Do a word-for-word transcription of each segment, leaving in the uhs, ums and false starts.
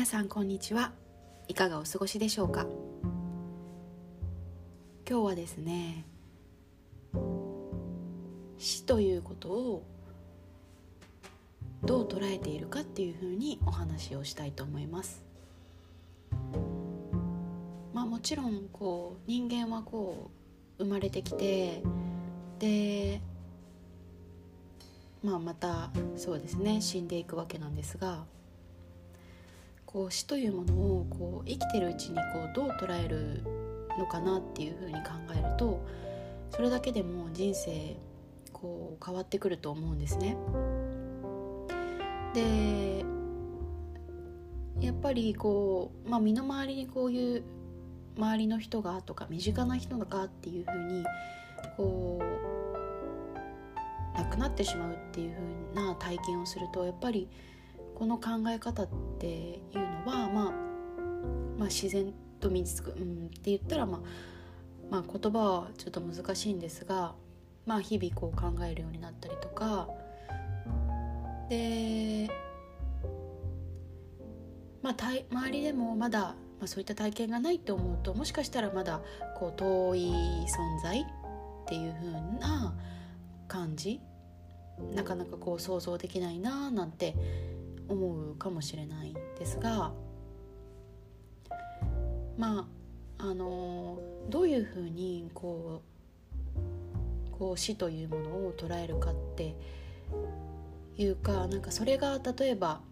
皆さんこんにちは。いかがお過ごしでしょうか。今日はですね、死ということをどう捉えているかっていうふうにお話をしたいと思います。まあもちろんこう人間はこう生まれてきて、でまあまたそうですね死んでいくわけなんですが、こう死というものをこう生きてるうちにこうどう捉えるのかなっていうふうに考えると、それだけでも人生こう変わってくると思うんですね。でやっぱりこう、まあ、身の回りにこういう周りの人がとか身近な人がっていうふうにこう亡くなってしまうっていうふうな体験をすると、やっぱりこの考え方っていうのは、まあ、まあ自然と身につく、うん、って言ったら、まあ、まあ言葉はちょっと難しいんですが、まあ日々こう考えるようになったりとかで、まあ、周りでもまだ、まあ、そういった体験がないと思うと、もしかしたらまだこう遠い存在っていう風な感じ、なかなかこう想像できないななんて思うかもしれないですが、まああのどういう風にこうこう死というものを捉えるかっていうか、なんかそれが例えば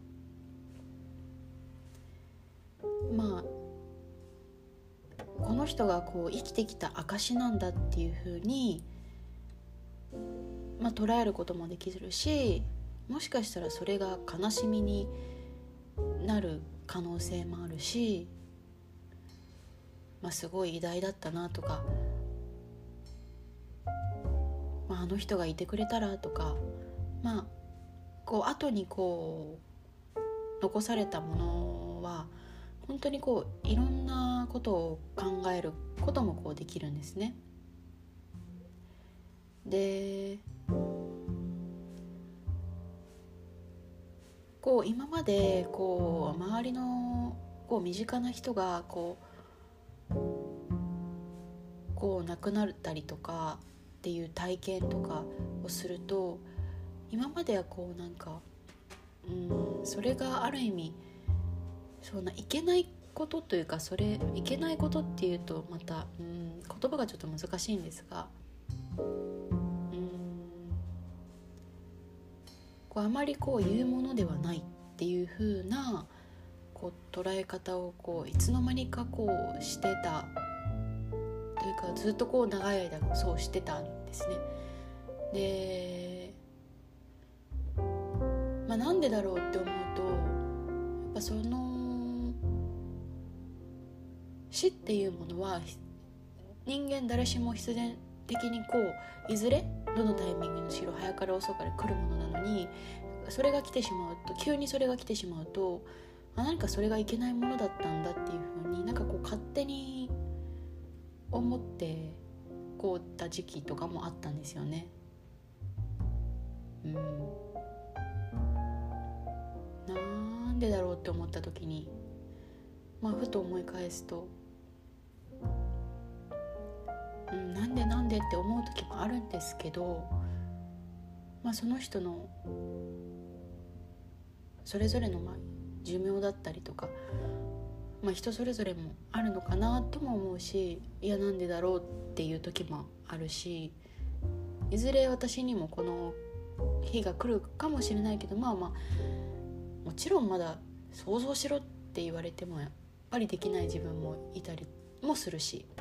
まあこの人がこう生きてきた証なんだっていう風に、まあ、捉えることもできるし、もしかしたらそれが悲しみになる可能性もあるし、まあ、すごい偉大だったなとか、まあ、あの人がいてくれたらとか、まあこう後にこう残されたものは本当にこういろんなことを考えることもこうできるんですね。でこう今までこう周りのこう身近な人がこうこう亡くなったりとかっていう体験とかをすると、今まではこうなんかうんそれがある意味そんないけないことというか、それいけないことっていうとまたうん言葉がちょっと難しいんですが、うんこうあまりこう言うものではないっていう風なこう捉え方をこういつの間にかこうしてたというか、ずっとこう長い間そうしてたんですね。で、まあ、なんでだろうって思うと、やっぱその死っていうものは人間誰しも必然的にこういずれどのタイミングにしろ早かれ遅かれ来るものなのに、それが来てしまうと急にそれが来てしまうと、あ何かそれがいけないものだったんだっていう風になんかこう勝手に思ってこうた時期とかもあったんですよね。うんなんでだろうって思った時に、まあふと思い返すと、うん、なんでなんでって思う時もあるんですけど、まあ、その人のそれぞれのまあ寿命だったりとか、まあ、人それぞれもあるのかなとも思うし、いやなんでだろうっていう時もあるし、いずれ私にもこの日が来るかもしれないけど、まあまあもちろんまだ想像しろって言われてもやっぱりできない自分もいたりもするし、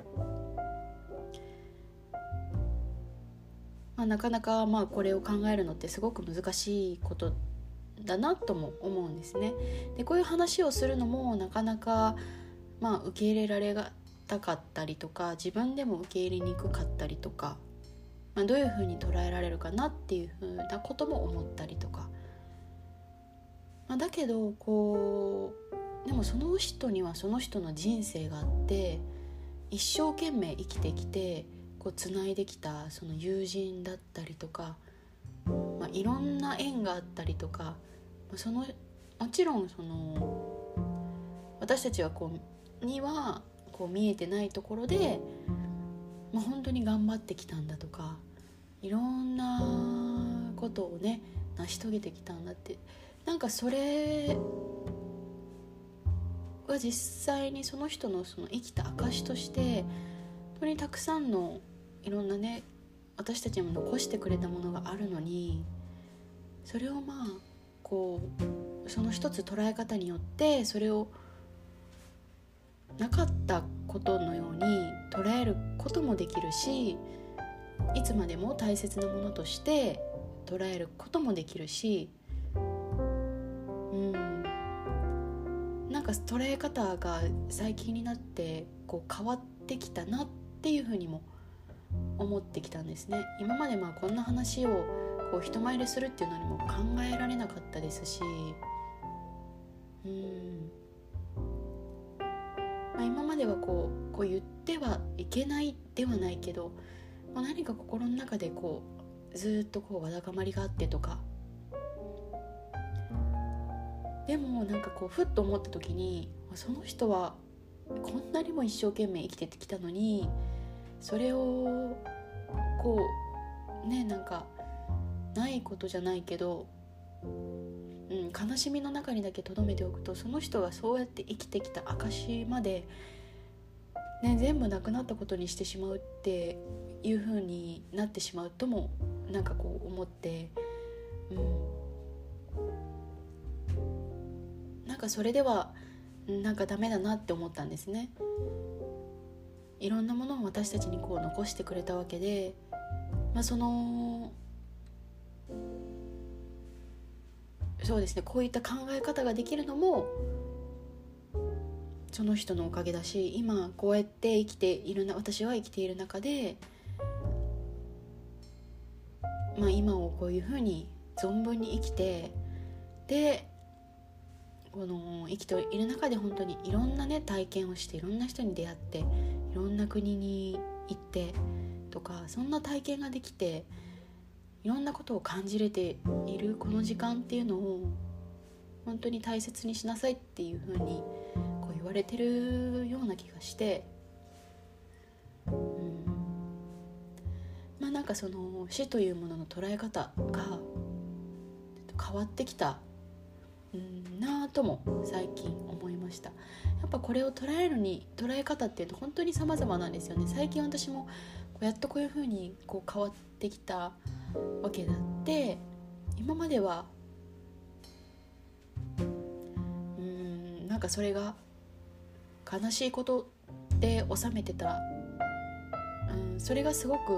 まあ、なかなかまあこれを考えるのってすごく難しいことだなとも思うんですね。でこういう話をするのもなかなかまあ受け入れられたかったりとか、自分でも受け入れにくかったりとか、まあ、どういうふうに捉えられるかなっていうふうなことも思ったりとか、まあ、だけどこうでもその人にはその人の人生があって、一生懸命生きてきてこうつないできたその友人だったりとか、まあ、いろんな縁があったりとか、そのもちろんその私たちはこうにはこう見えてないところで、まあ、本当に頑張ってきたんだとか、いろんなことをね成し遂げてきたんだって、なんかそれが実際にその人のその生きた証として本当にたくさんのいろんなね私たちも残してくれたものがあるのに、それをまあこうその一つ捉え方によってそれをなかったことのように捉えることもできるし、いつまでも大切なものとして捉えることもできるし、うんなんか捉え方が最近になってこう変わってきたなっていうふうにも思ってきたんですね。今までまあこんな話をこう人前でするっていうのにも考えられなかったですし、うんまあ、今まではこう、こう言ってはいけないではないけど、まあ、何か心の中でこうずっとこうわだかまりがあってとか、でもなんかこうふっと思った時に、その人はこんなにも一生懸命生きてきたのに、それをこうねなんかないことじゃないけど、うん、悲しみの中にだけ留めておくと、その人がそうやって生きてきた証まで、ね、全部なくなったことにしてしまうっていう風になってしまうともなんかこう思って、うん、なんかそれではなんかダメだなって思ったんですね。いろんなものを私たちにこう残してくれたわけで、まあ、そのそうですね、こういった考え方ができるのもその人のおかげだし、今こうやって生きているな私は生きている中で、まあ、今をこういうふうに存分に生きて、でこの生きている中で本当にいろんなね体験をして、いろんな人に出会って、いろんな国に行ってとか、そんな体験ができて、いろんなことを感じれているこの時間っていうのを本当に大切にしなさいっていう風にこう言われてるような気がして、うん、まあなんかその死というものの捉え方が変わってきたうんなぁとも最近思いました。やっぱこれを捉えるに捉え方っていうのは本当に様々なんですよね。最近私もこうやっとこういう風にこう変わってきたわけであって、今まではうーんなんかそれが悲しいことで収めてた、うん、それがすごく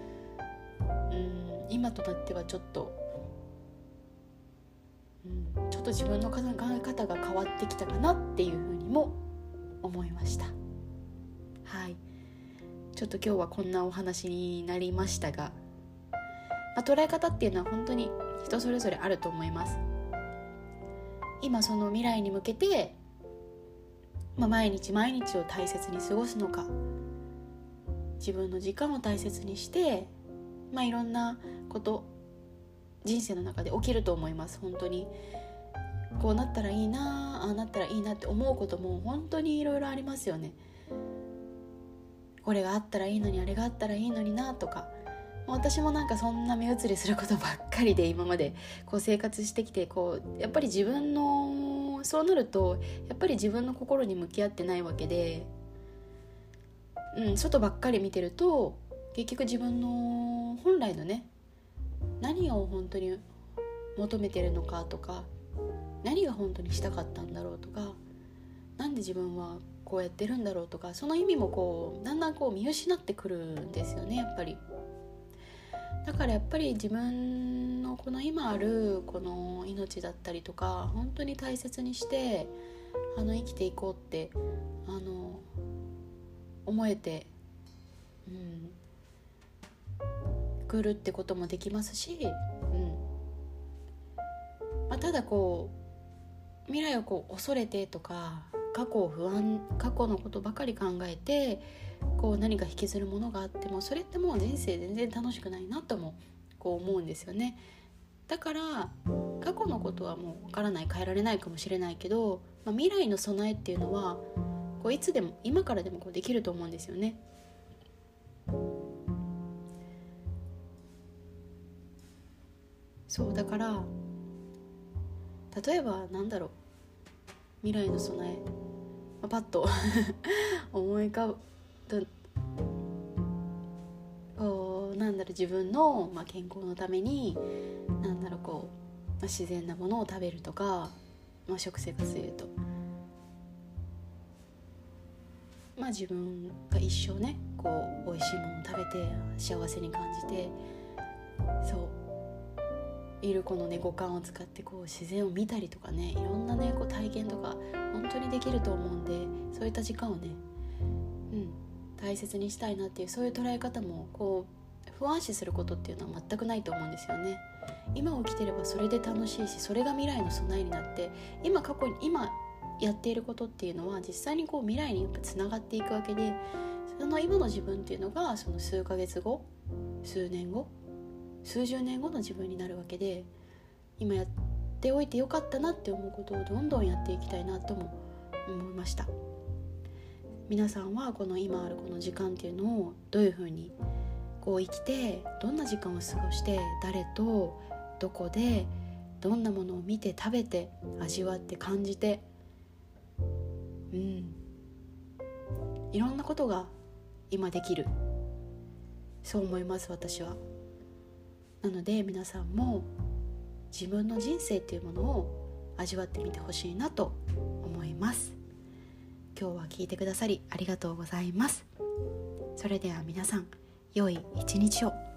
うん今となってはちょっと、うん、ちょっと自分の考え方が変わってきたかなっていうふうにも思いました。はい、ちょっと今日はこんなお話になりましたが、まあ、捉え方っていうのは本当に人それぞれあると思います。今その未来に向けて、まあ、毎日毎日を大切に過ごすのか、自分の時間を大切にして、まあ、いろんなこと人生の中で起きると思います。本当にこうなったらいいな、ああなったらいいなって思うことも本当にいろいろありますよね。これがあったらいいのに、あれがあったらいいのになとか、私もなんかそんな目移りすることばっかりで今までこう生活してきて、こうやっぱり自分のそうなるとやっぱり自分の心に向き合ってないわけで、うん、外ばっかり見てると結局自分の本来のね何を本当に求めてるのかとか、何が本当にしたかったんだろうとか、なんで自分はこうやってるんだろうとか、その意味もこうだんだんこう見失ってくるんですよね、やっぱり。だからやっぱり自分のこの今あるこの命だったりとか本当に大切にしてあの生きていこうってあの思えて、うん、来るってこともできますし、うんまあ、ただこう未来をこう恐れてとか過去を不安過去のことばかり考えてこう何か引きずるものがあっても、それってもう人生全然楽しくないなともこう思うんですよね。だから過去のことはもうわからない、変えられないかもしれないけど、まあ、未来の備えっていうのはこういつでも今からでもこうできると思うんですよね。そうだから例えばなんだろう、未来の備え、まあ、パッと思い浮かぶとこうなんだろう、自分の、まあ、健康のためになんだろうこう、まあ、自然なものを食べるとか、まあ、食生活でいうと、まあ、自分が一生ねこう美味しいものを食べて幸せに感じて、そういるこのね五感を使ってこう自然を見たりとかね、いろんなねこう体験とか本当にできると思うんで、そういった時間をね、うん、大切にしたいなっていう、そういう捉え方もこう不安視することっていうのは全くないと思うんですよね。今起きてればそれで楽しいし、それが未来の備えになって、今過去に今やっていることっていうのは実際にこう未来にやっぱつながっていくわけで、その今の自分っていうのがその数ヶ月後、数年後、数十年後の自分になるわけで、今やっておいてよかったなって思うことをどんどんやっていきたいなとも思いました。皆さんはこの今あるこの時間っていうのをどういうふうにこう生きて、どんな時間を過ごして、誰とどこでどんなものを見て食べて味わって感じて、うん、いろんなことが今できる、そう思います私は。なので皆さんも自分の人生っていうものを味わってみてほしいなと思います。今日は聞いてくださりありがとうございます。それでは皆さん、良い一日を。